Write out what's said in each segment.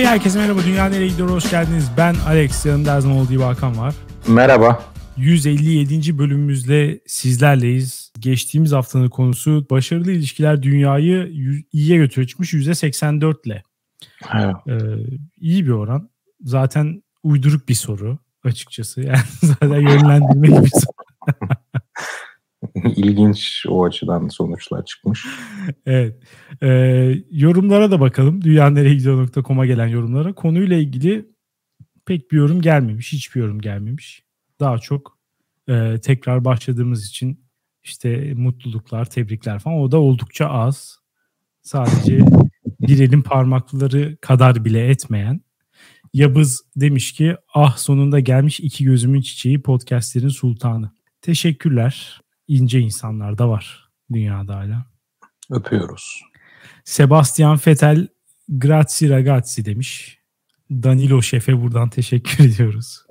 Herkese merhaba. Dünya nereye gidiyor? Hoş geldiniz. Ben Alex. Yanımda her zaman olduğu gibi Hakan var. Merhaba. 157. bölümümüzle sizlerleyiz. Geçtiğimiz haftanın konusu başarılı ilişkiler dünyayı iyiye götürüyor çıkmış %84 ile. Evet. İyi bir oran. Zaten uyduruk bir soru açıkçası. Yani zaten yönlendirmek bir soru. İlginç o açıdan sonuçlar çıkmış. Evet. Yorumlara da bakalım. dünyanereyegidiyor.com'a gelen yorumlara. Konuyla ilgili pek bir yorum gelmemiş. Hiçbir yorum gelmemiş. Daha çok tekrar başladığımız için işte mutluluklar, tebrikler falan. O da oldukça az. Sadece bir elin parmakları kadar bile etmeyen. Yabız demiş ki sonunda gelmiş iki gözümün çiçeği podcastlerin sultanı. Teşekkürler. İnce insanlar da var dünyada hala. Öpüyoruz. Sebastian Vettel grazie ragazzi demiş. Danilo Şef'e buradan teşekkür ediyoruz.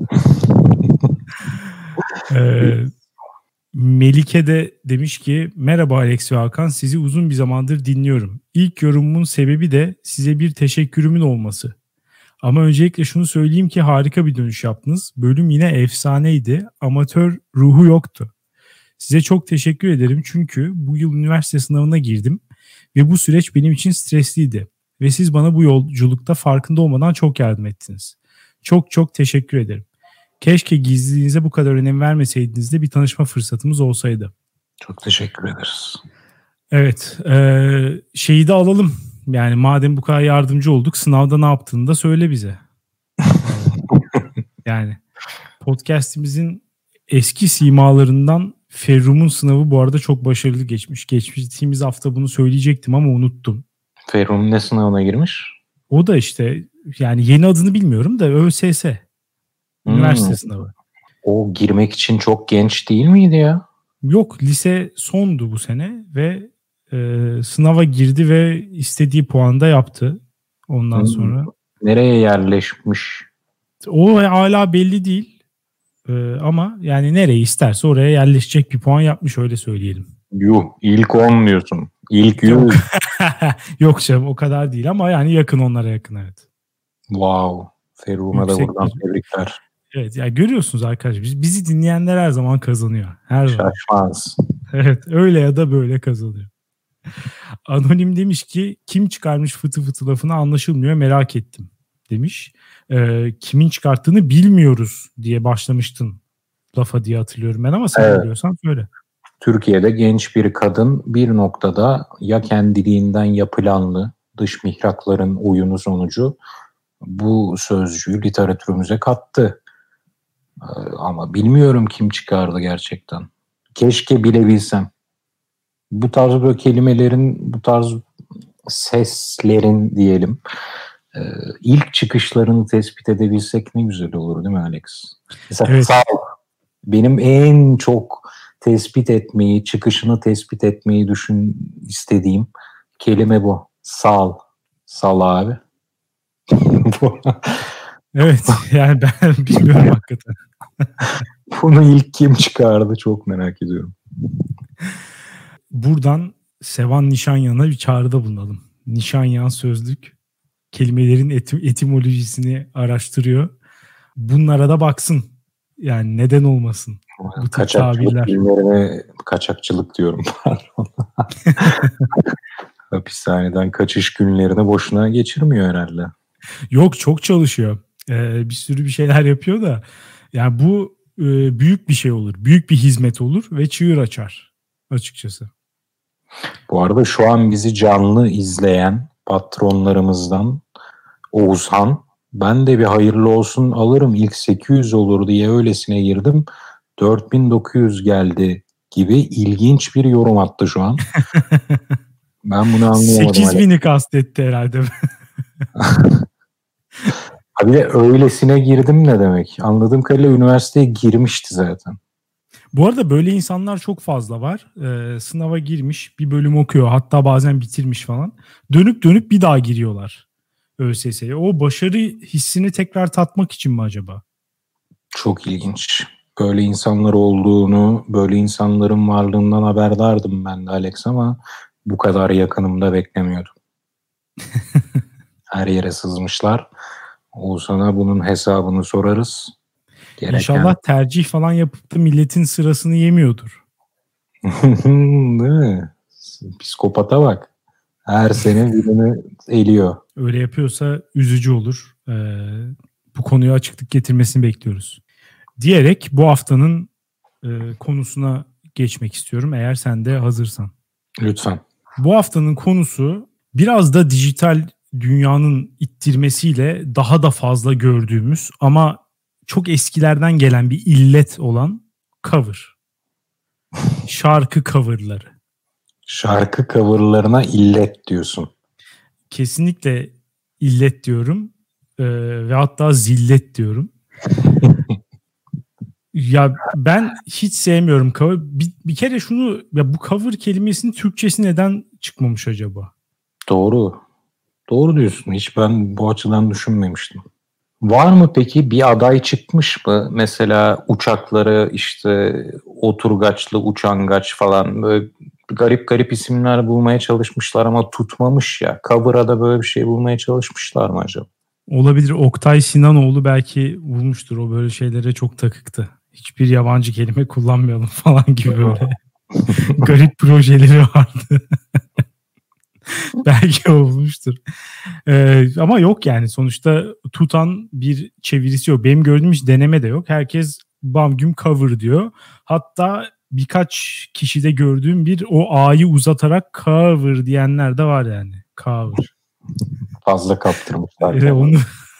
Melike de demiş ki merhaba Alex ve Hakan, sizi uzun bir zamandır dinliyorum. İlk yorumumun sebebi de size bir teşekkürümün olması. Ama öncelikle şunu söyleyeyim ki harika bir dönüş yaptınız. Bölüm yine efsaneydi. Amatör ruhu yoktu. Size çok teşekkür ederim çünkü bu yıl üniversite sınavına girdim ve bu süreç benim için stresliydi. Ve siz bana bu yolculukta farkında olmadan çok yardım ettiniz. Çok çok teşekkür ederim. Keşke gizliliğinize bu kadar önem vermeseydiniz de bir tanışma fırsatımız olsaydı. Çok teşekkür ederiz. Evet. Şeyi de alalım. Yani madem bu kadar yardımcı olduk, sınavda ne yaptığını da söyle bize. Yani podcast'imizin eski simalarından Ferrum'un sınavı bu arada çok başarılı geçmiş. Geçtiğimiz hafta bunu söyleyecektim ama unuttum. Ferrum ne sınavına girmiş? O da işte yani yeni adını bilmiyorum da ÖSS. Üniversite sınavı. O girmek için çok genç değil miydi ya? Yok, lise sondu bu sene ve sınava girdi ve istediği puanda yaptı ondan sonra. Nereye yerleşmiş? O hala belli değil ama yani nereye isterse oraya yerleşecek bir puan yapmış, öyle söyleyelim. Yuh, ilk 10 diyorsun. İlk 100. Yok canım, o kadar değil ama yani yakın, onlara yakın, evet. Wow. Ferrum'a da buradan tebrikler. Evet, yani görüyorsunuz arkadaşlar, bizi dinleyenler her zaman kazanıyor. Her zaman. Şaşmaz. Evet, öyle ya da böyle kazanıyor. Anonim demiş ki kim çıkarmış fıtı fıtı lafını anlaşılmıyor, merak ettim demiş. Kimin çıkarttığını bilmiyoruz diye başlamıştın lafa diye hatırlıyorum ben, ama sen biliyorsan söyle. Türkiye'de genç bir kadın bir noktada ya kendiliğinden yapılanlı dış mihrakların oyunu sonucu bu sözcüğü literatürümüze kattı. Ama bilmiyorum kim çıkardı gerçekten. Keşke bilebilsem. Bu tarz böyle kelimelerin, bu tarz seslerin diyelim ilk çıkışlarını tespit edebilsek ne güzel olur değil mi Alex? Mesela evet. Benim en çok tespit etmeyi, çıkışını tespit etmeyi istediğim kelime bu. Sal. Sal abi. Evet, yani ben bilmiyorum hakikaten. Bunu ilk kim çıkardı çok merak ediyorum. Buradan Sevan Nişanyan'a bir çağrıda bulunalım. Nişanyan Sözlük kelimelerin etimolojisini araştırıyor. Bunlara da baksın. Yani neden olmasın? Bu tip tabirler. Kaçakçılık diyorum. Hapishaneden kaçış günlerini boşuna geçirmiyor herhalde. Yok, çok çalışıyor. Bir sürü bir şeyler yapıyor da. Yani bu büyük bir şey olur. Büyük bir hizmet olur ve çığır açar açıkçası. Bu arada şu an bizi canlı izleyen patronlarımızdan Oğuzhan, ben de bir hayırlı olsun alırım, ilk 800 olur diye öylesine girdim. 4900 geldi gibi ilginç bir yorum attı şu an. Ben bunu anlayamadım. 8000'i kastetti herhalde. Abi de öylesine girdim ne demek? Anladığım kadarıyla üniversiteye girmişti zaten. Bu arada böyle insanlar çok fazla var. Sınava girmiş, bir bölüm okuyor, hatta bazen bitirmiş falan. Dönüp bir daha giriyorlar ÖSS'ye. O başarı hissini tekrar tatmak için mi acaba? Çok ilginç. Böyle insanlar olduğunu, böyle insanların varlığından haberdardım ben de Alex, ama bu kadar yakınımda beklemiyordum. Her yere sızmışlar. Oğuzhan'a bunun hesabını sorarız. İnşallah tercih falan yapıp da milletin sırasını yemiyordur. Değil mi? Psikopata bak. Her sene birini eliyor. Öyle yapıyorsa üzücü olur. Bu konuya açıklık getirmesini bekliyoruz. Diyerek bu haftanın konusuna geçmek istiyorum eğer sen de hazırsan. Lütfen. Bu haftanın konusu biraz da dijital dünyanın ittirmesiyle daha da fazla gördüğümüz ama çok eskilerden gelen bir illet olan cover. Şarkı coverları. Şarkı coverlarına illet diyorsun. Kesinlikle illet diyorum ve hatta zillet diyorum. Ya ben hiç sevmiyorum cover. Bir kere şunu, ya bu cover kelimesinin Türkçesi neden çıkmamış acaba? Doğru. Doğru diyorsun. Hiç ben bu açıdan düşünmemiştim. Var mı peki bir aday çıkmış mı? Mesela uçakları işte oturgaçlı, uçangaç falan böyle garip garip isimler bulmaya çalışmışlar ama tutmamış ya. Cover'a da böyle bir şey bulmaya çalışmışlar mı acaba? Olabilir. Oktay Sinanoğlu belki bulmuştur. O böyle şeylere çok takıktı. Hiçbir yabancı kelime kullanmayalım falan gibi böyle garip projeleri vardı. Belki olmuştur. Ama yok yani sonuçta tutan bir çevirisi yok. Benim gördüğüm hiç deneme de yok. Herkes bam güm cover diyor. Hatta birkaç kişide gördüğüm bir o A'yı uzatarak cover diyenler de var yani. Cover. Fazla kaptırmışlar. Onu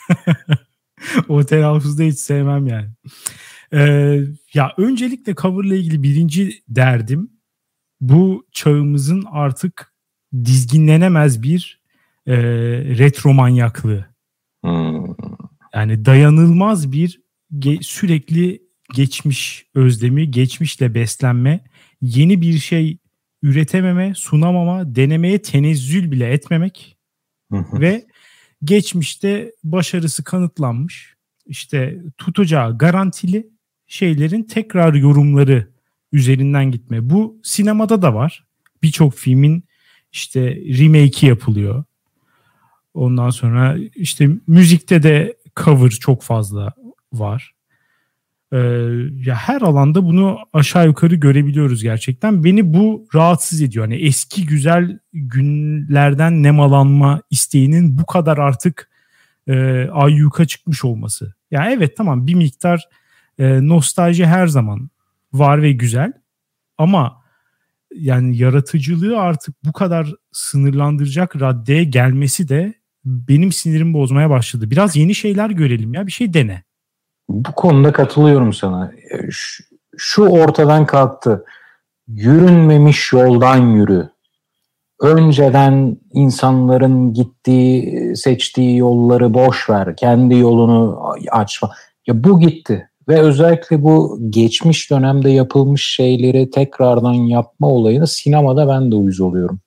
o telaffuzda hiç sevmem yani. Ya öncelikle coverla ilgili birinci derdim bu çağımızın artık dizginlenemez bir retro manyaklığı. Yani dayanılmaz bir sürekli geçmiş özlemi, geçmişle beslenme, yeni bir şey üretememe, sunamama, denemeye tenezzül bile etmemek ve geçmişte başarısı kanıtlanmış, işte tutacağı garantili şeylerin tekrar yorumları üzerinden gitme. Bu sinemada da var. Birçok filmin işte remake'i yapılıyor. Ondan sonra işte müzikte de cover çok fazla var. Ya her alanda bunu aşağı yukarı görebiliyoruz gerçekten. Beni bu rahatsız ediyor. Hani eski güzel günlerden nemalanma isteğinin bu kadar artık ayyuka çıkmış olması. Yani evet tamam bir miktar nostalji her zaman var ve güzel. Ama yani yaratıcılığı artık bu kadar sınırlandıracak raddeye gelmesi de benim sinirimi bozmaya başladı. Biraz yeni şeyler görelim ya, bir şey dene. Bu konuda katılıyorum sana. Şu ortadan kalktı. Yürünmemiş yoldan yürü. Önceden insanların gittiği, seçtiği yolları boş ver. Kendi yolunu açma. Ya bu gitti. Ve özellikle bu geçmiş dönemde yapılmış şeyleri tekrardan yapma olayına sinemada ben de uyuz oluyorum.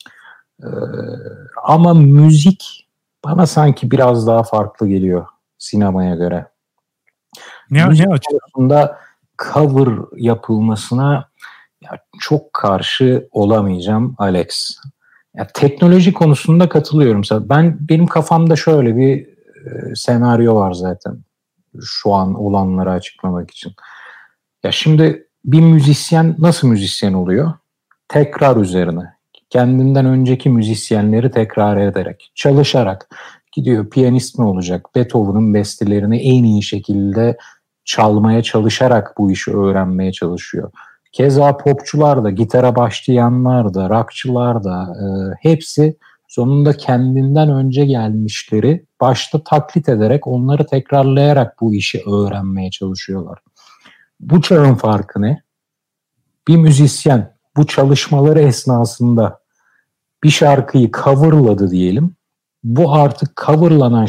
Ama müzik bana sanki biraz daha farklı geliyor sinemaya göre. Ne açısından cover yapılmasına çok karşı olamayacağım Alex. Ya, teknoloji konusunda katılıyorum sana. Benim kafamda şöyle bir senaryo var zaten şu an olanları açıklamak için. Ya şimdi bir müzisyen nasıl müzisyen oluyor? Tekrar üzerine. Kendinden önceki müzisyenleri tekrar ederek, çalışarak gidiyor. Piyanist mi olacak? Beethoven'ın bestelerini en iyi şekilde çalmaya çalışarak bu işi öğrenmeye çalışıyor. Keza popçular da, gitara başlayanlar da, rockçılar da hepsi sonunda kendinden önce gelmişleri başta taklit ederek onları tekrarlayarak bu işi öğrenmeye çalışıyorlar. Bu çağın farkı ne? Bir müzisyen bu çalışmaları esnasında bir şarkıyı coverladı diyelim. Bu artık coverlanan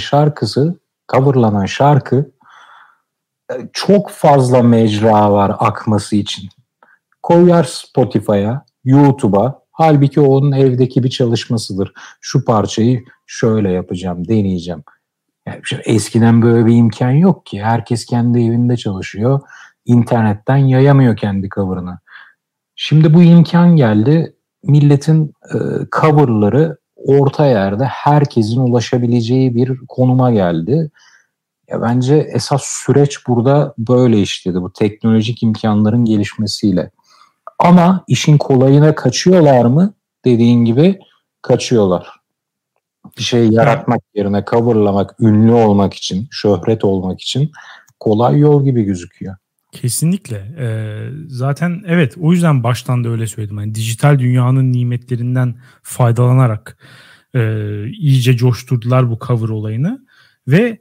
şarkı çok fazla mecra var akması için. Koyar Spotify'a, YouTube'a. Halbuki onun evdeki bir çalışmasıdır. Şu parçayı şöyle yapacağım, deneyeceğim. Yani eskiden böyle bir imkan yok ki. Herkes kendi evinde çalışıyor. İnternetten yayamıyor kendi cover'ını. Şimdi bu imkan geldi. Milletin coverları orta yerde herkesin ulaşabileceği bir konuma geldi. Ya bence esas süreç burada böyle işledi, bu teknolojik imkanların gelişmesiyle. Ama işin kolayına kaçıyorlar mı? Dediğin gibi kaçıyorlar. Bir şey yaratmak yerine coverlamak, ünlü olmak için, şöhret olmak için kolay yol gibi gözüküyor. Kesinlikle. Zaten evet, o yüzden baştan da öyle söyledim. Yani dijital dünyanın nimetlerinden faydalanarak iyice coşturdular bu cover olayını ve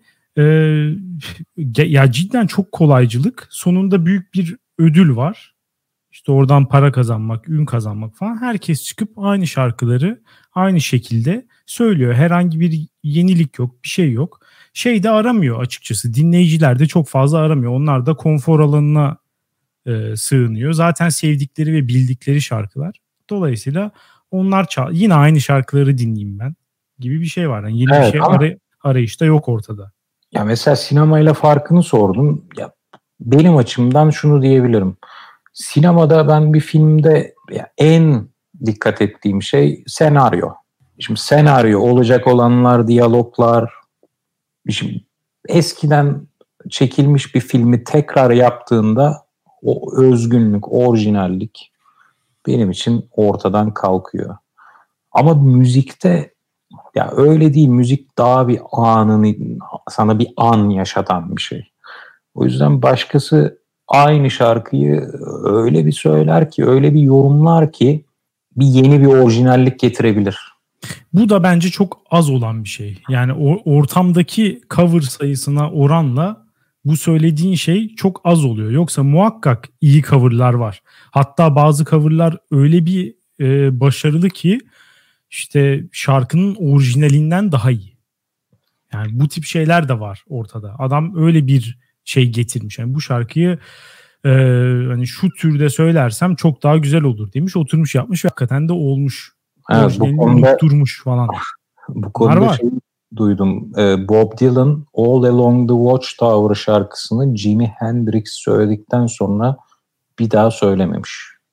ya cidden çok kolaycılık. Sonunda büyük bir ödül var. İşte oradan para kazanmak, ün kazanmak falan. Herkes çıkıp aynı şarkıları aynı şekilde söylüyor. Herhangi bir yenilik yok, bir şey yok. Şey de aramıyor açıkçası. Dinleyiciler de çok fazla aramıyor. Onlar da konfor alanına sığınıyor. Zaten sevdikleri ve bildikleri şarkılar. Dolayısıyla onlar yine aynı şarkıları dinleyeyim ben gibi bir şey var. Yani yeni bir şey arayışta yok ortada. Ya mesela sinemayla farkını sordum. Ya benim açımdan şunu diyebilirim. Sinemada ben bir filmde en dikkat ettiğim şey senaryo. Şimdi senaryo, olacak olanlar, diyaloglar. Şimdi eskiden çekilmiş bir filmi tekrar yaptığında o özgünlük, orijinallik benim için ortadan kalkıyor. Ama müzikte ya öyle değil. Müzik daha bir anını, sana bir an yaşatan bir şey. O yüzden başkası aynı şarkıyı öyle bir söyler ki, öyle bir yorumlar ki bir yeni bir orijinallik getirebilir. Bu da bence çok az olan bir şey. Yani ortamdaki cover sayısına oranla bu söylediğin şey çok az oluyor. Yoksa muhakkak iyi coverlar var. Hatta bazı coverlar öyle bir başarılı ki işte şarkının orijinalinden daha iyi. Yani bu tip şeyler de var ortada. Adam öyle bir şey getirmiş. Yani bu şarkıyı hani şu türde söylersem çok daha güzel olur demiş. Oturmuş yapmış ve hakikaten de olmuş. Evet, bu konuda unutturmuş falan. Bu konuda şey duydum. Bob Dylan All Along the Watchtower şarkısını Jimi Hendrix söyledikten sonra bir daha söylememiş.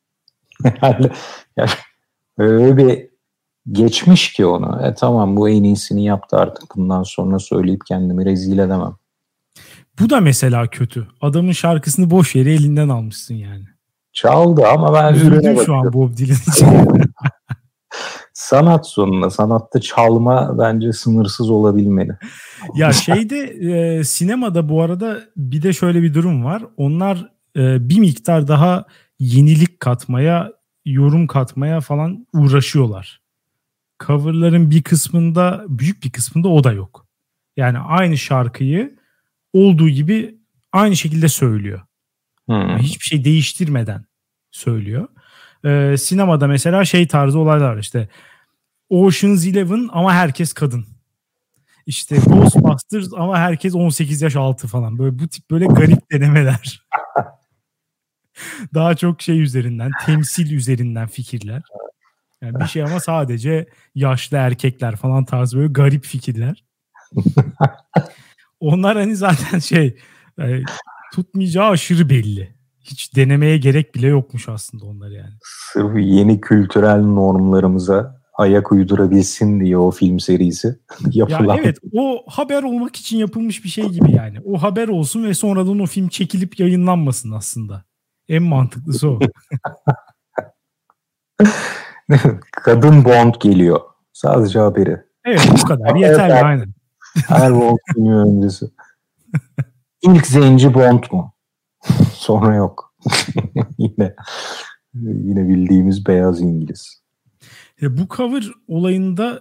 Yani öyle bir geçmiş ki onu. Tamam, bu en iyisini yaptı, artık bundan sonra söyleyip kendimi rezil edemem. Bu da mesela kötü. Adamın şarkısını boş yere elinden almışsın yani. Çaldı ama ben üzüldüm şu an Bob Dylan için. Sanat sonunda. Sanatta çalma bence sınırsız olabilmeli. Ya şeyde sinemada bu arada bir de şöyle bir durum var. Onlar bir miktar daha yenilik katmaya, yorum katmaya falan uğraşıyorlar. Coverların bir kısmında, büyük bir kısmında o da yok. Yani aynı şarkıyı olduğu gibi aynı şekilde söylüyor. Yani hiçbir şey değiştirmeden söylüyor. Sinemada mesela şey tarzı olaylar var, işte Ocean's 11 ama herkes kadın. İşte Ghostbusters ama herkes 18 yaş altı falan. Böyle bu tip böyle garip denemeler. Daha çok şey üzerinden, temsil üzerinden fikirler. Yani bir şey ama sadece yaşlı erkekler falan tarzı böyle garip fikirler. Onlar hani zaten tutmayacağı aşırı belli. Hiç denemeye gerek bile yokmuş aslında onlar yani. Sırf yeni kültürel normlarımıza ayak uydurabilsin diye o film serisi yapılan. Ya evet, o haber olmak için yapılmış bir şey gibi yani. O haber olsun ve sonradan o film çekilip yayınlanmasın aslında. En mantıklısı o. Kadın Bond geliyor. Sadece haberi. Evet, bu kadar yeterli aynen. Her Bond filmi öncesi. İlk zenci Bond mu? Sonra yok. yine bildiğimiz beyaz İngiliz. Bu cover olayında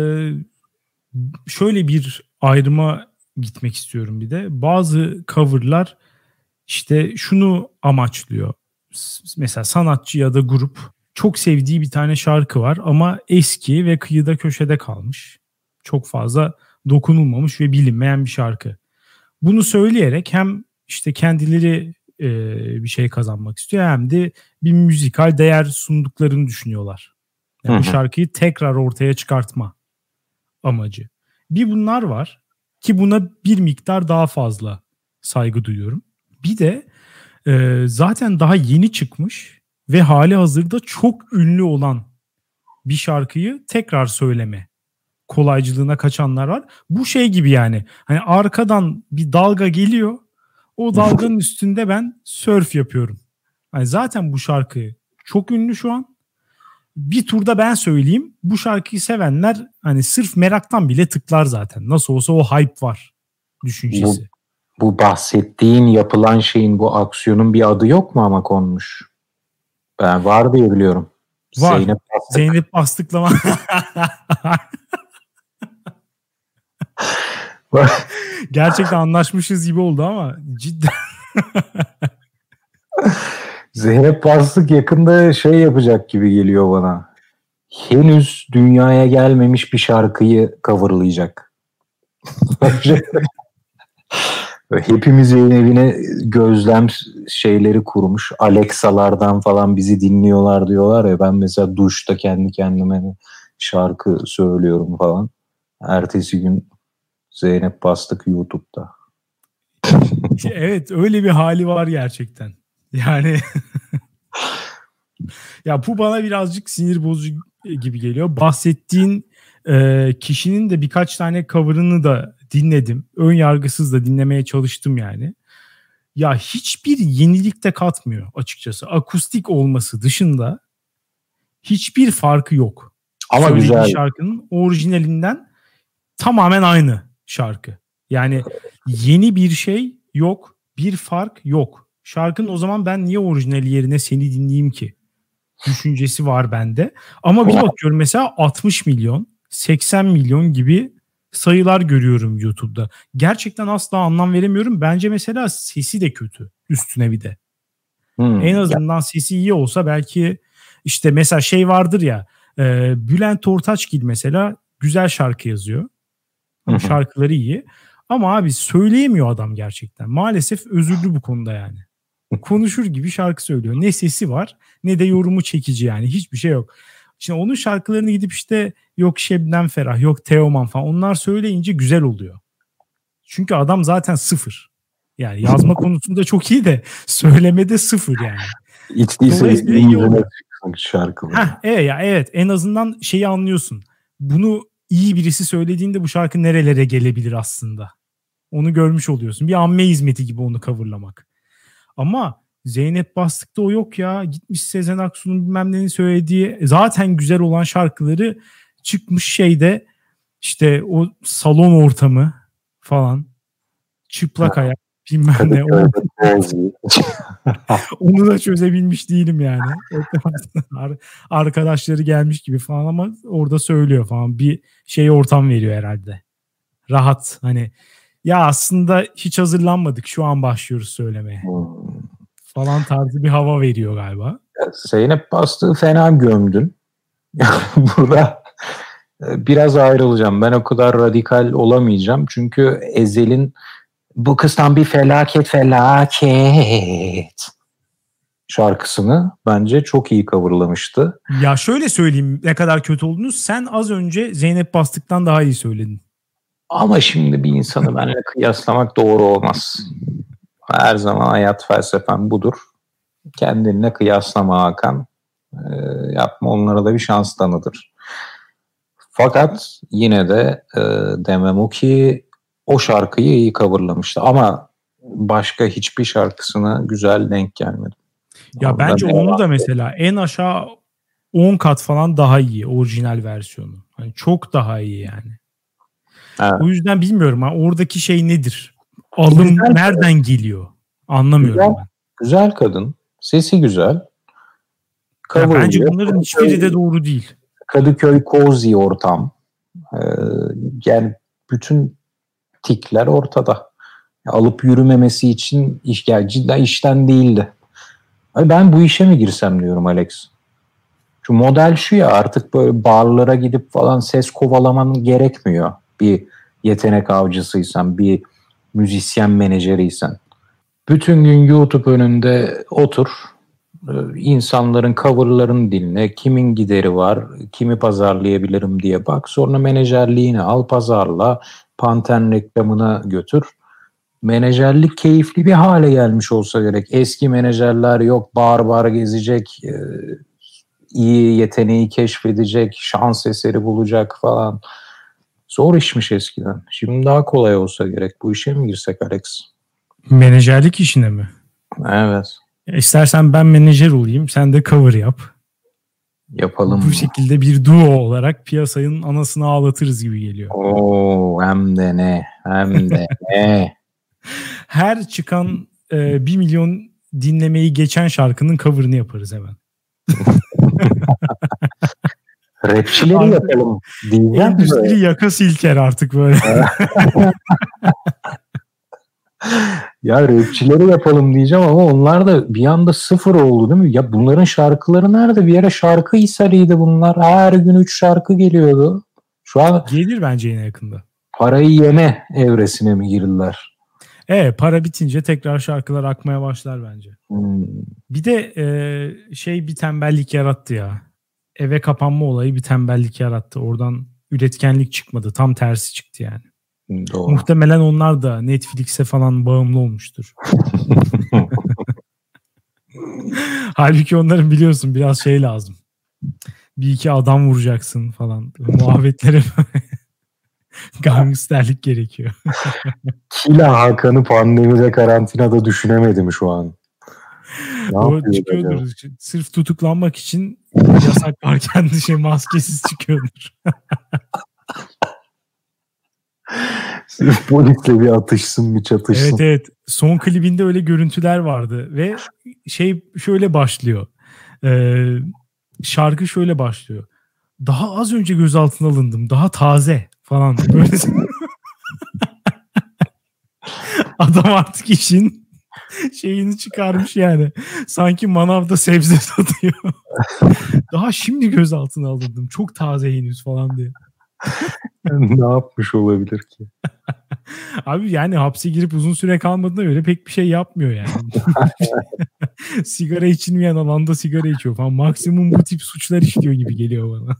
şöyle bir ayrıma gitmek istiyorum bir de. Bazı coverlar işte şunu amaçlıyor. Mesela sanatçı ya da grup çok sevdiği bir tane şarkı var ama eski ve kıyıda köşede kalmış. Çok fazla dokunulmamış ve bilinmeyen bir şarkı. Bunu söyleyerek hem işte kendileri bir şey kazanmak istiyor hem de bir müzikal değer sunduklarını düşünüyorlar. Yani bu şarkıyı tekrar ortaya çıkartma amacı. Bir bunlar var ki buna bir miktar daha fazla saygı duyuyorum. Bir de zaten daha yeni çıkmış ve hali hazırda çok ünlü olan bir şarkıyı tekrar söyleme kolaycılığına kaçanlar var. Bu şey gibi yani. Hani arkadan bir dalga geliyor. O dalganın üstünde ben surf yapıyorum. Yani zaten bu şarkı çok ünlü şu an. Bir turda ben söyleyeyim. Bu şarkıyı sevenler hani sırf meraktan bile tıklar zaten. Nasıl olsa o hype var düşüncesi. Bu bahsettiğin yapılan şeyin, bu aksiyonun bir adı yok mu ama konmuş? Ben var diye biliyorum. Var. Zeynep Bastıklama. Gerçekten anlaşmışız gibi oldu ama cidden. Zeynep Bastık yakında şey yapacak gibi geliyor bana. Henüz dünyaya gelmemiş bir şarkıyı coverlayacak. Hepimizin evine gözlem şeyleri kurmuş. Alexa'lardan falan bizi dinliyorlar diyorlar ya. Ben mesela duşta kendi kendime şarkı söylüyorum falan. Ertesi gün Zeynep Bastık YouTube'da. Evet, öyle bir hali var gerçekten. Yani ya bu bana birazcık sinir bozucu gibi geliyor. Bahsettiğin kişinin de birkaç tane cover'ını da dinledim. Ön yargısız da dinlemeye çalıştım yani. Ya hiçbir yenilik de katmıyor açıkçası. Akustik olması dışında hiçbir farkı yok. Ama söylediği güzel. Şarkının orijinalinden tamamen aynı şarkı. Yani yeni bir şey yok, bir fark yok. Şarkının o zaman ben niye orijinali yerine seni dinleyeyim ki? Düşüncesi var bende. Ama bir bakıyorum mesela 60 milyon, 80 milyon gibi sayılar görüyorum YouTube'da. Gerçekten asla anlam veremiyorum. Bence mesela sesi de kötü üstüne bir de. En azından sesi iyi olsa belki işte mesela şey vardır ya, Bülent Ortaçgil mesela güzel şarkı yazıyor. Şarkıları iyi. Ama abi söyleyemiyor adam gerçekten. Maalesef özürlü bu konuda yani. Konuşur gibi şarkı söylüyor. Ne sesi var ne de yorumu çekici yani. Hiçbir şey yok. Şimdi onun şarkılarını gidip işte yok Şebnem Ferah, yok Teoman falan onlar söyleyince güzel oluyor. Çünkü adam zaten sıfır. Yani yazma konusunda çok iyi de söylemede sıfır yani. Dolayısıyla iyi oluyor. Evet, en azından şeyi anlıyorsun. Bunu iyi birisi söylediğinde bu şarkı nerelere gelebilir aslında. Onu görmüş oluyorsun. Bir amme hizmeti gibi onu coverlamak. Ama Zeynep Bastık'ta o yok ya. Gitmiş Sezen Aksu'nun bilmem neyin söylediği zaten güzel olan şarkıları çıkmış şeyde işte o salon ortamı falan çıplak ayak bilmem ne. Onu da çözebilmiş değilim yani. Arkadaşları gelmiş gibi falan ama orada söylüyor falan. Bir şey ortam veriyor herhalde. Rahat hani ya aslında hiç hazırlanmadık şu an başlıyoruz söylemeye. Falan tarzı bir hava veriyor galiba. Zeynep Bastık'ı fena gömdün. Burada biraz ayrılacağım. Ben o kadar radikal olamayacağım. Çünkü Ezel'in bu kızdan bir felaket şarkısını bence çok iyi coverlamıştı. Ya şöyle söyleyeyim ne kadar kötü olduğunu. Sen az önce Zeynep Bastık'tan daha iyi söyledin. Ama şimdi bir insanı benimle kıyaslamak doğru olmaz. Her zaman hayat felsefem budur. Kendinle kıyaslama Hakan. Yapma, onlara da bir şans tanıdır. Fakat yine de demem o ki o şarkıyı iyi coverlamıştı. Ama başka hiçbir şarkısına güzel denk gelmedi. Ya Ondan bence onu da mesela en aşağı 10 kat falan daha iyi orijinal versiyonu. Hani çok daha iyi yani. Evet. O yüzden bilmiyorum ha oradaki şey nedir? Alım güzel nereden geliyor? Anlamıyorum güzel, ben. Güzel kadın. Sesi güzel. Ya bence bunların hiçbiri de doğru değil. Kadıköy cozy ortam. Yani bütün tikler ortada. Alıp yürümemesi için cidden işten değildi. Ben bu işe mi girsem diyorum Alex. Şu model şu ya, artık böyle barlara gidip falan ses kovalaman gerekmiyor. Bir yetenek avcısıysan, bir müzisyen menajeriysen. Bütün gün YouTube önünde otur. İnsanların coverlarını dinle. Kimin gideri var, kimi pazarlayabilirim diye bak. Sonra menajerliğini al, pazarla. Panten reklamına götür. Menajerlik keyifli bir hale gelmiş olsa gerek. Eski menajerler yok, bar gezecek, iyi yeteneği keşfedecek, şans eseri bulacak falan. Zor işmiş eskiden. Şimdi daha kolay olsa gerek. Bu işe mi girsek Alex? Menajerlik işine mi? Evet. İstersen ben menajer olayım, sen de cover yap. Yapalım. Bu şekilde bir duo olarak piyasanın anasını ağlatırız gibi geliyor. Oo, hem de ne? Hem de ne? Her çıkan 1 milyon dinlemeyi geçen şarkının cover'ını yaparız hemen. Rapçileri yapalım diyeceğim. Endüstri yaka silker artık böyle. Ya rapçileri yapalım diyeceğim ama onlar da bir anda sıfır oldu değil mi? Ya bunların şarkıları nerede? Bir yere şarkı hisarıydı bunlar. Her gün 3 şarkı geliyordu. Şu an gelir bence yine yakında. Parayı yeme evresine mi girdiler? Para bitince tekrar şarkılar akmaya başlar bence. Bir de bir tembellik yarattı ya. Eve kapanma olayı bir tembellik yarattı. Oradan üretkenlik çıkmadı. Tam tersi çıktı yani. Doğru. Muhtemelen onlar da Netflix'e falan bağımlı olmuştur. Halbuki onların biliyorsun biraz lazım. Bir iki adam vuracaksın falan. Muhabbetlere gangsterlik gerekiyor. Kila Hakan'ı pandemide karantinada düşünemedim şu an. O çıkıyordur. Acaba? Sırf tutuklanmak için yasak varken maskesiz çıkıyordur. Sırf polisle bir atışsın, bir çatışsın. Evet. Son klibinde öyle görüntüler vardı ve şöyle başlıyor. Şarkı şöyle başlıyor. Daha az önce gözaltına alındım. Daha taze falan. Böyle. Adam artık işin şeyini çıkarmış yani. Sanki manavda sebze satıyor. Daha şimdi gözaltına alındım. Çok taze henüz falan diye. Ne yapmış olabilir ki? Abi yani hapse girip uzun süre kalmadığına göre pek bir şey yapmıyor yani. Sigara içilmeyen alanda sigara içiyor falan. Maksimum bu tip suçlar işliyor gibi geliyor bana.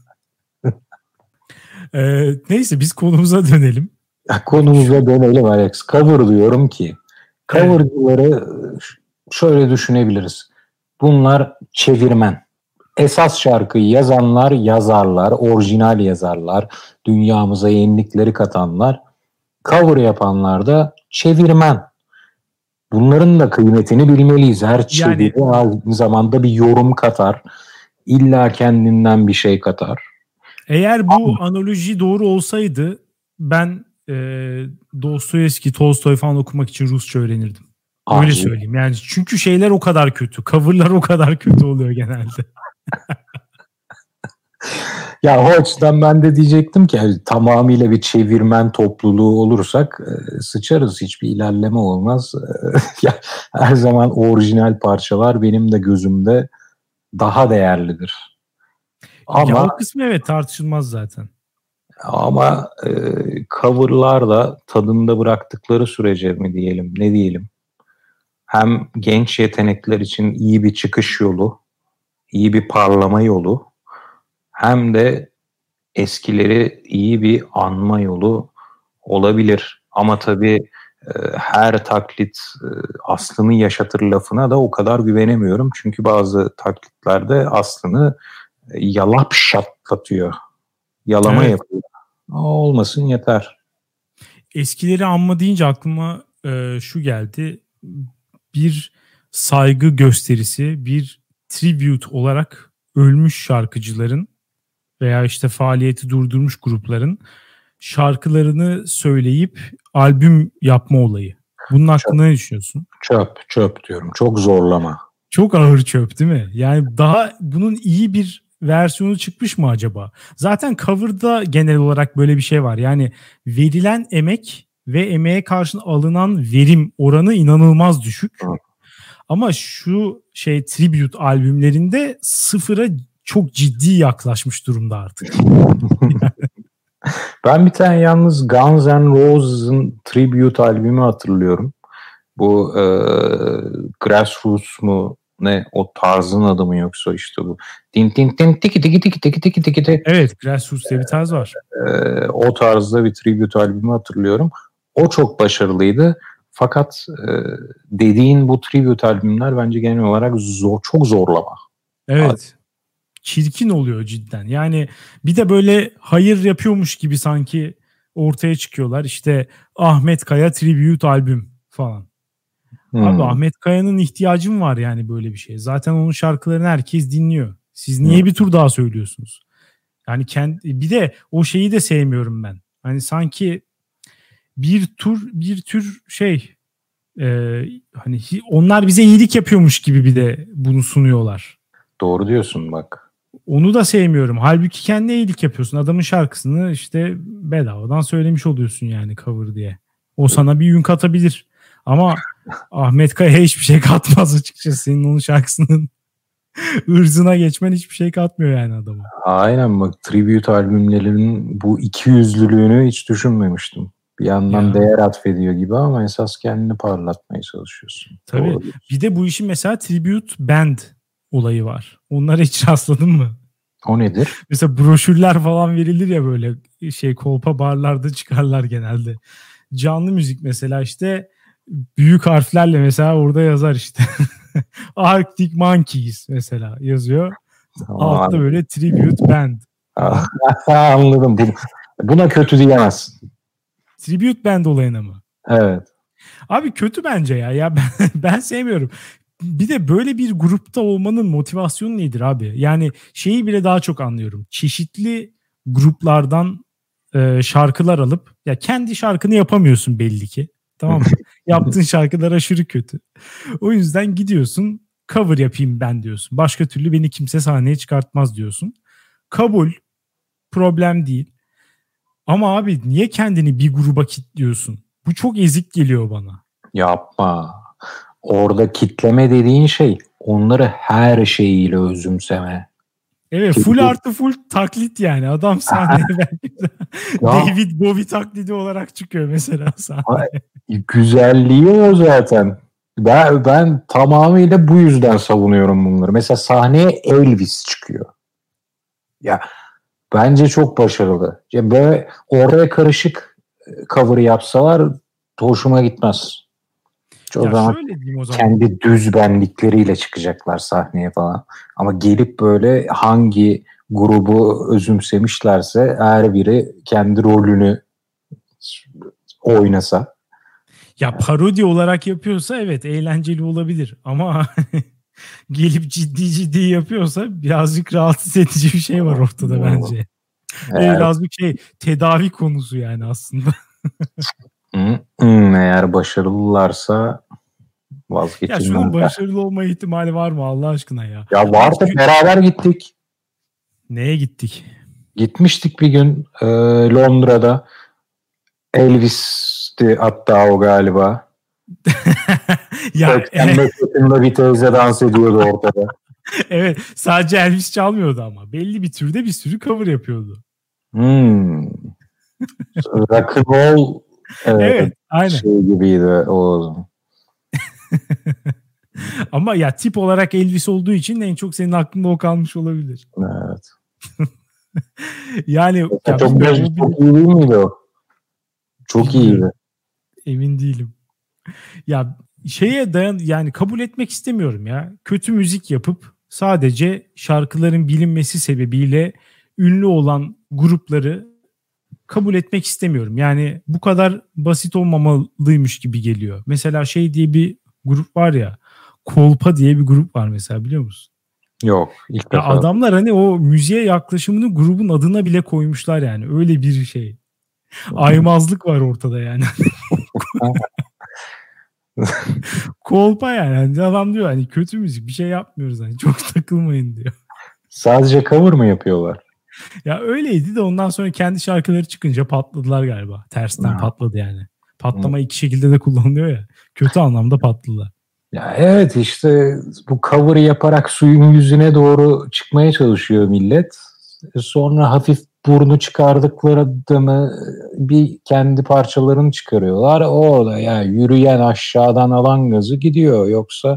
Neyse biz konumuza dönelim. Konumuza dönelim Alex. Cover diyorum ki. Cover'cıları şöyle düşünebiliriz. Bunlar çevirmen. Esas şarkıyı yazanlar yazarlar, orijinal yazarlar, dünyamıza yenilikleri katanlar. Cover yapanlar da çevirmen. Bunların da kıymetini bilmeliyiz. Her çeviri aynı zamanda bir yorum katar. İlla kendinden bir şey katar. Eğer bu analoji doğru olsaydı ben Dostoyevski, Tolstoy falan okumak için Rusça öğrenirdim. Öyle söyleyeyim. Yani çünkü şeyler o kadar kötü. Coverlar o kadar kötü oluyor genelde. Ya o açıdan ben de diyecektim ki tamamıyla bir çevirmen topluluğu olursak sıçarız. Hiçbir ilerleme olmaz. Her zaman orijinal parçalar benim de gözümde daha değerlidir. Ama o kısmı evet tartışılmaz zaten. Ama coverlar da tadında bıraktıkları sürece mi diyelim, ne diyelim? Hem genç yetenekler için iyi bir çıkış yolu, iyi bir parlama yolu, hem de eskileri iyi bir anma yolu olabilir. Ama tabii her taklit aslını yaşatır lafına da o kadar güvenemiyorum. Çünkü bazı taklitlerde aslını yalap şatlatıyor. Yalama yapıyor. O olmasın yeter. Eskileri anma deyince aklıma şu geldi. Bir saygı gösterisi, bir tribute olarak ölmüş şarkıcıların veya faaliyeti durdurmuş grupların şarkılarını söyleyip albüm yapma olayı. Bunun hakkında ne düşünüyorsun? Çöp diyorum. Çok zorlama. Çok ağır çöp değil mi? Yani daha bunun iyi bir versiyonu çıkmış mı acaba? Zaten cover'da genel olarak böyle bir şey var. Yani verilen emek ve emeğe karşın alınan verim oranı inanılmaz düşük. Ama şu tribute albümlerinde sıfıra çok ciddi yaklaşmış durumda artık. Ben bir tane yalnız Guns N' Roses'ın tribute albümü hatırlıyorum. Bu Grassroots mu ne, o tarzın adı mı yoksa bu din tin tin tiki tiki tiki tiki tiki tiki. Evet, Grassroots diye bir tarz var. O tarzda bir tribute albümü hatırlıyorum. O çok başarılıydı. Fakat dediğin bu tribute albümler bence genel olarak çok zorlama. Evet. Çirkin oluyor cidden. Yani bir de böyle hayır yapıyormuş gibi sanki ortaya çıkıyorlar. İşte Ahmet Kaya Tribute albüm falan. Abi Ahmet Kaya'nın ihtiyacı mı var yani böyle bir şey? Zaten onun şarkılarını herkes dinliyor. Siz niye bir tur daha söylüyorsunuz? Yani bir de o şeyi de sevmiyorum ben. Hani sanki bir tür hani onlar bize iyilik yapıyormuş gibi bir de bunu sunuyorlar. Doğru diyorsun bak. Onu da sevmiyorum. Halbuki kendine iyilik yapıyorsun. Adamın şarkısını işte bedavadan söylemiş oluyorsun yani cover diye. O sana bir yün katabilir. Ama Ahmet Kaya hiçbir şey katmaz açıkçası. Senin onun şarkısının ırzına geçmen hiçbir şey katmıyor yani adama. Aynen bak, tribute albümlerinin bu ikiyüzlülüğünü hiç düşünmemiştim. Bir yandan değer atfediyor gibi ama esas kendini parlatmaya çalışıyorsun. Tabii. Doğru. Bir de bu işin mesela tribute band olayı var. Onlara hiç rastladın mı? O nedir? Mesela broşürler falan verilir ya, böyle kolpa barlarda çıkarlar genelde. Canlı müzik mesela işte büyük harflerle mesela orada yazar işte. Arctic Monkeys mesela yazıyor. Altta böyle tribute band. Anladım. Buna kötü diyemezsin. Tribute band olayına mı? Evet. Abi kötü bence ya. Ya ben sevmiyorum. Bir de böyle bir grupta olmanın motivasyonu nedir abi? Yani şeyi bile daha çok anlıyorum. Çeşitli gruplardan şarkılar alıp, ya kendi şarkını yapamıyorsun belli ki. Tamam mı? Yaptığın şarkılar aşırı kötü. O yüzden gidiyorsun, cover yapayım ben diyorsun. Başka türlü beni kimse sahneye çıkartmaz diyorsun. Kabul. Problem değil. Ama abi niye kendini bir gruba kilitliyorsun? Bu çok ezik geliyor bana. Yapma. Orada kitleme dediğin şey onları her şeyiyle özümseme. Evet, full artı full taklit yani. Adam sahneye belki David Bowie taklidi olarak çıkıyor mesela sahneye. Güzelliği o zaten. Ben tamamıyla bu yüzden savunuyorum bunları. Mesela sahneye Elvis çıkıyor. Ya bence çok başarılı. Ya böyle oraya karışık cover yapsalar hoşuma gitmez. O zaman kendi düz benlikleriyle çıkacaklar sahneye falan. Ama gelip böyle hangi grubu özümsemişlerse her biri kendi rolünü oynasa. Ya parodi olarak yapıyorsa evet eğlenceli olabilir. Ama gelip ciddi yapıyorsa birazcık rahatsız edici bir şey var ortada bence. Birazcık tedavi konusu yani aslında. Eğer başarılılarsa vazgeçilmez. Ya şunun başarılı olma ihtimali var mı Allah aşkına ya? Ya vardı, beraber gittik. Neye gittik? Gitmiştik bir gün Londra'da. Elvis'ti hatta o galiba. Ya bir teyze dans ediyordu ortada. Evet, sadece Elvis çalmıyordu ama belli bir türde bir sürü cover yapıyordu. Rock and roll evet, aynen. Şey gibiydi o. Ama ya tip olarak Elvis olduğu için en çok senin aklında o kalmış olabilir. Evet. Yani ya çok iyi değil miydi o? Çok iyiydi. Emin değilim. Ya yani kabul etmek istemiyorum ya. Kötü müzik yapıp sadece şarkıların bilinmesi sebebiyle ünlü olan grupları kabul etmek istemiyorum. Yani bu kadar basit olmamalıymış gibi geliyor. Mesela diye bir grup var ya, Kolpa diye bir grup var mesela, biliyor musun? Yok, ilk defa. Adamlar hani o müziğe yaklaşımını grubun adına bile koymuşlar yani. Öyle bir şey. Aymazlık var ortada yani. Kolpa yani. Adam diyor hani kötü müzik bir şey yapmıyoruz hani, çok takılmayın diyor. Sadece cover mı yapıyorlar? Ya öyleydi de ondan sonra kendi şarkıları çıkınca patladılar galiba. Tersten patladı yani. Patlama iki şekilde de kullanılıyor ya. Kötü anlamda patladılar. Ya evet, işte bu cover'ı yaparak suyun yüzüne doğru çıkmaya çalışıyor millet. Sonra hafif burnu çıkardıkları mı bir kendi parçalarını çıkarıyorlar. O da yani yürüyen aşağıdan alan gazı gidiyor. Yoksa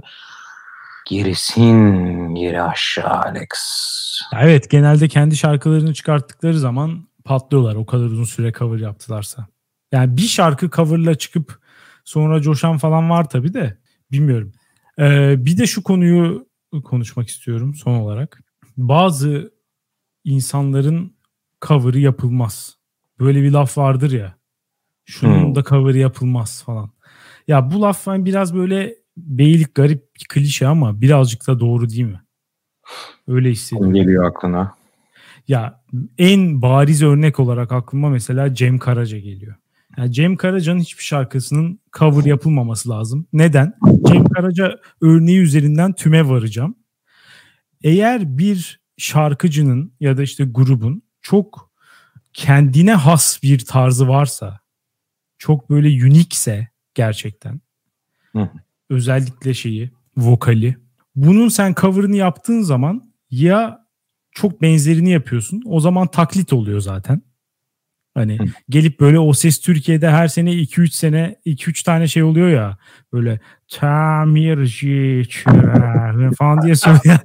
geri aşağı Alex. Evet, genelde kendi şarkılarını çıkarttıkları zaman patlıyorlar, o kadar uzun süre cover yaptılarsa. Yani bir şarkı coverla çıkıp sonra coşan falan var tabii de bilmiyorum. Bir de şu konuyu konuşmak istiyorum son olarak. Bazı insanların cover'ı yapılmaz. Böyle bir laf vardır ya. Şunun da cover yapılmaz falan. Ya bu laf biraz böyle beylik garip bir klişe ama birazcık da doğru değil mi? Öyle hissediyorum. Geliyor aklına. Ya en bariz örnek olarak aklıma mesela Cem Karaca geliyor. Yani Cem Karaca'nın hiçbir şarkısının cover yapılmaması lazım. Neden? Cem Karaca örneği üzerinden tüme varacağım. Eğer bir şarkıcının ya da işte grubun çok kendine has bir tarzı varsa, çok böyle unikse gerçekten, özellikle vokali, bunun sen cover'ını yaptığın zaman ya çok benzerini yapıyorsun, o zaman taklit oluyor zaten. Hani gelip böyle O Ses Türkiye'de her sene 2-3 tane şey oluyor ya, böyle tamirci falan diye söyleyen.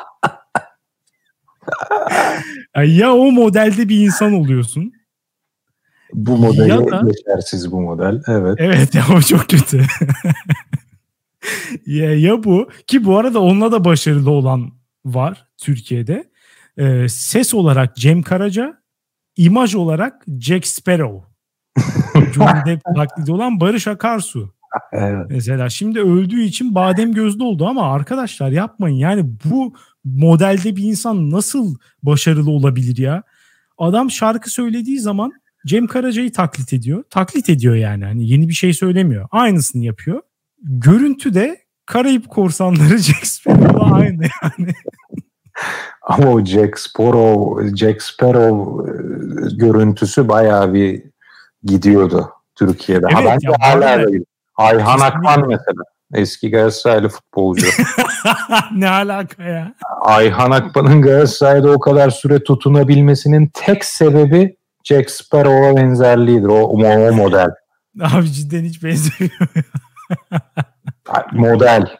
Ya o modelde bir insan oluyorsun. Bu modeli geçersiz bu model. Evet. Evet ya, o çok kötü. ya bu ki bu arada onunla da başarılı olan var Türkiye'de. Ses olarak Cem Karaca, imaj olarak Jack Sparrow. Johnny Depp taklidi olan Barış Akarsu. Evet. Mesela şimdi öldüğü için badem gözlü oldu ama arkadaşlar yapmayın. Yani bu modelde bir insan nasıl başarılı olabilir ya? Adam şarkı söylediği zaman Cem Karaca'yı taklit ediyor. Taklit ediyor yani. Hani yeni bir şey söylemiyor. Aynısını yapıyor. Görüntü de Karayip Korsanları Jack Sparrow'la aynı yani. Ama o Jack Sparrow görüntüsü bayağı bir gidiyordu Türkiye'de. Evet, bence hala da Ayhan Akman mesela. Eski Galatasaraylı futbolcu. Ne alaka ya? Ayhan Akman'ın Galatasaray'da o kadar süre tutunabilmesinin tek sebebi Jack Sparrow'a benzerliğidir. O model. Abi cidden hiç benzemiyor. Model.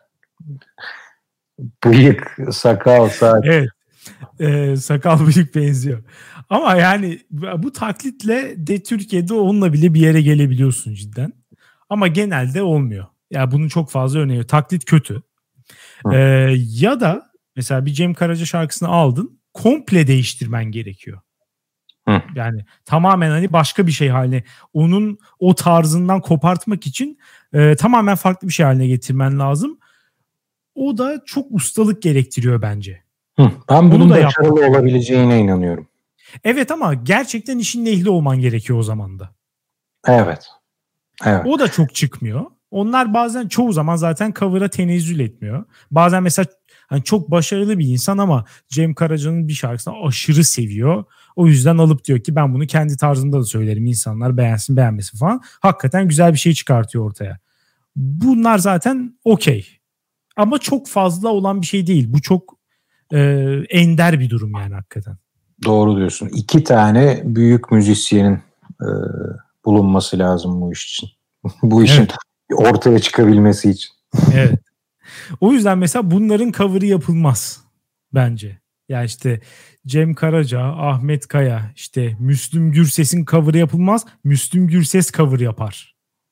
Bıyık, sakal, saç. Evet. Sakal bıyık benziyor. Ama yani bu taklitle de Türkiye'de onunla bile bir yere gelebiliyorsun cidden. Ama genelde olmuyor. Yani bunun çok fazla örneği. Taklit kötü. Ya da mesela bir Cem Karaca şarkısını aldın, komple değiştirmen gerekiyor. Yani tamamen hani başka bir şey haline, onun o tarzından kopartmak için tamamen farklı bir şey haline getirmen lazım. O da çok ustalık gerektiriyor bence. Ben bunun da başarılı olabileceğine inanıyorum. Evet ama gerçekten işin ehli olman gerekiyor o zaman da. Evet. O da çok çıkmıyor. Onlar çoğu zaman zaten cover'a tenezzül etmiyor. Bazen mesela hani çok başarılı bir insan ama Cem Karaca'nın bir şarkısını aşırı seviyor. O yüzden alıp diyor ki ben bunu kendi tarzımda da söylerim. İnsanlar beğensin beğenmesin falan. Hakikaten güzel bir şey çıkartıyor ortaya. Bunlar zaten okey. Ama çok fazla olan bir şey değil. Bu çok ender bir durum yani hakikaten. Doğru diyorsun. 2 tane büyük müzisyenin bulunması lazım bu iş için. Bu işin ortaya çıkabilmesi için. Evet. O yüzden mesela bunların cover'ı yapılmaz bence. Yani işte Cem Karaca, Ahmet Kaya, işte Müslüm Gürses'in cover'ı yapılmaz. Müslüm Gürses cover yapar.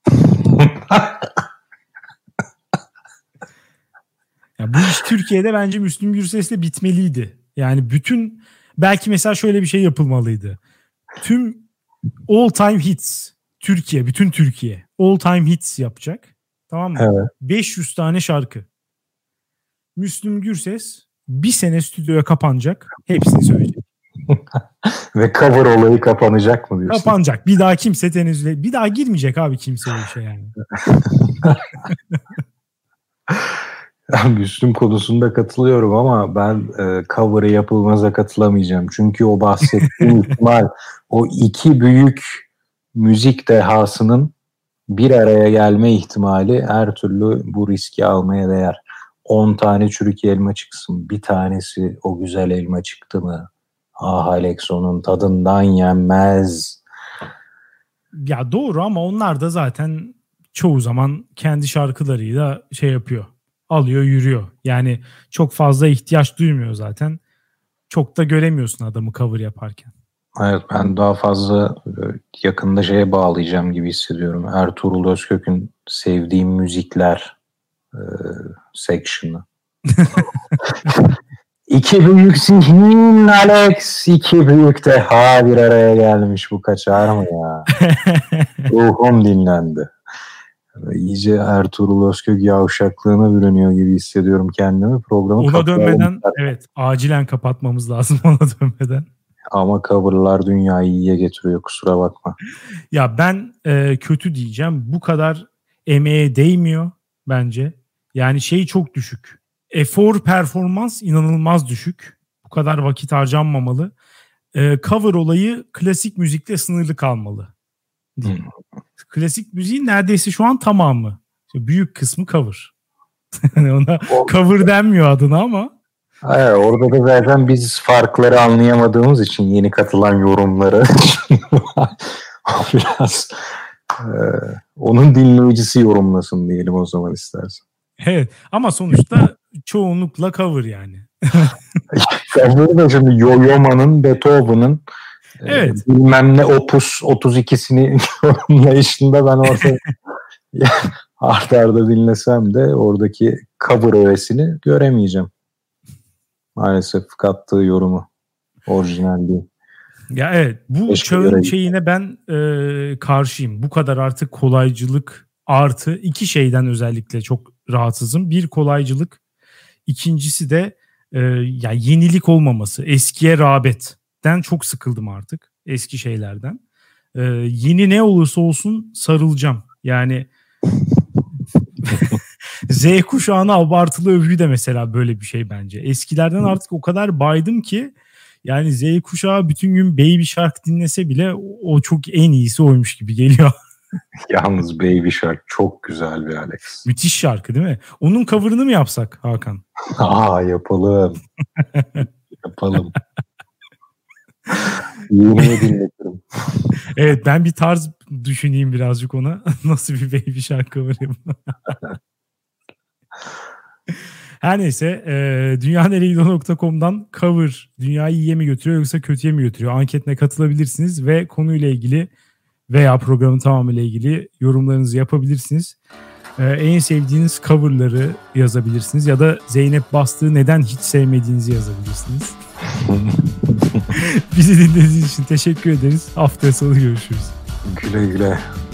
Yani bu iş Türkiye'de bence Müslüm Gürses'le bitmeliydi. Yani belki mesela şöyle bir şey yapılmalıydı. Tüm all time hits bütün Türkiye all time hits yapacak. Tamam mı? Evet. 500 tane şarkı. Müslüm Gürses bir sene stüdyoya kapanacak. Hepsini söyleyecek. Ve cover olayı kapanacak mı diyorsun? Kapanacak. Bir daha kimse bir daha girmeyecek abi kimse öyle bir şey yani. Müslüm konusunda katılıyorum ama ben cover'ı yapılmaza katılamayacağım. Çünkü o bahsettiğim ihtimal, o 2 büyük müzik dehasının bir araya gelme ihtimali her türlü bu riski almaya değer. 10 tane çürük elma çıksın, bir tanesi o güzel elma çıktı mı? Ah Alex, onun tadından yenmez. Ya doğru ama onlar da zaten çoğu zaman kendi şarkılarıyla yapıyor. Alıyor yürüyor. Yani çok fazla ihtiyaç duymuyor zaten. Çok da göremiyorsun adamı cover yaparken. Evet, ben daha fazla yakında bağlayacağım gibi hissediyorum. Ertuğrul Özkök'ün Sevdiğim Müzikler section'ı. İki büyük zihnin Alex, iki büyük deha bir araya gelmiş, bu kaçar mı ya? Ruhum dinlendi. İyice Ertuğrul Özkök yavşaklığına bürünüyor gibi hissediyorum kendimi. Programı ona dönmeden evet, acilen kapatmamız lazım ona dönmeden. Ama coverlar dünyayı iyiye getiriyor, kusura bakma. Ya ben kötü diyeceğim. Bu kadar emeğe değmiyor bence. Yani şey çok düşük. Efor performans inanılmaz düşük. Bu kadar vakit harcanmamalı. Cover olayı klasik müzikle sınırlı kalmalı. Klasik müziğin neredeyse şu an tamamı. Büyük kısmı cover. Ona cover denmiyor adına ama. Hayır, orada da zaten biz farkları anlayamadığımız için yeni katılan yorumları biraz onun dinleyicisi yorumlasın diyelim o zaman istersen. Evet ama sonuçta çoğunlukla cover yani. Cover da şimdi Yo-Yo-Ma'nın, Beethoven'ın evet. Bilmem ne Opus 32'sini yorumlayışında ben orada arda dinlesem de oradaki cover öğesini göremeyeceğim. Maalesef kattığı yorumu orijinal değil. Ya evet, bu çağın şeyine ben karşıyım. Bu kadar artık kolaycılık artı iki şeyden özellikle çok rahatsızım. Bir, kolaycılık. İkincisi de yani yenilik olmaması. Eskiye rağbetten çok sıkıldım artık. Eski şeylerden. Yeni ne olursa olsun sarılacağım. Yani Z kuşağına abartılı övgü de mesela böyle bir şey bence. Eskilerden artık o kadar baydım ki yani Z kuşağı bütün gün Baby Shark dinlese bile o çok en iyisi oymuş gibi geliyor. Yalnız Baby Shark çok güzel bir Alex. Müthiş şarkı değil mi? Onun cover'ını mı yapsak Hakan? Yapalım. Yapalım. Yeni dinletirim. Evet, ben bir tarz düşüneyim birazcık ona. Nasıl bir Baby Shark cover yapayım? Her neyse, dünyaneregidiyor.com'dan cover dünyayı iyiye mi götürüyor yoksa kötüye mi götürüyor anketine katılabilirsiniz ve konuyla ilgili veya programın tamamıyla ilgili yorumlarınızı yapabilirsiniz. En sevdiğiniz coverları yazabilirsiniz ya da Zeynep Bastık'ı neden hiç sevmediğinizi yazabilirsiniz. Bizi dinlediğiniz için teşekkür ederiz. Haftaya sonu görüşürüz. Güle güle.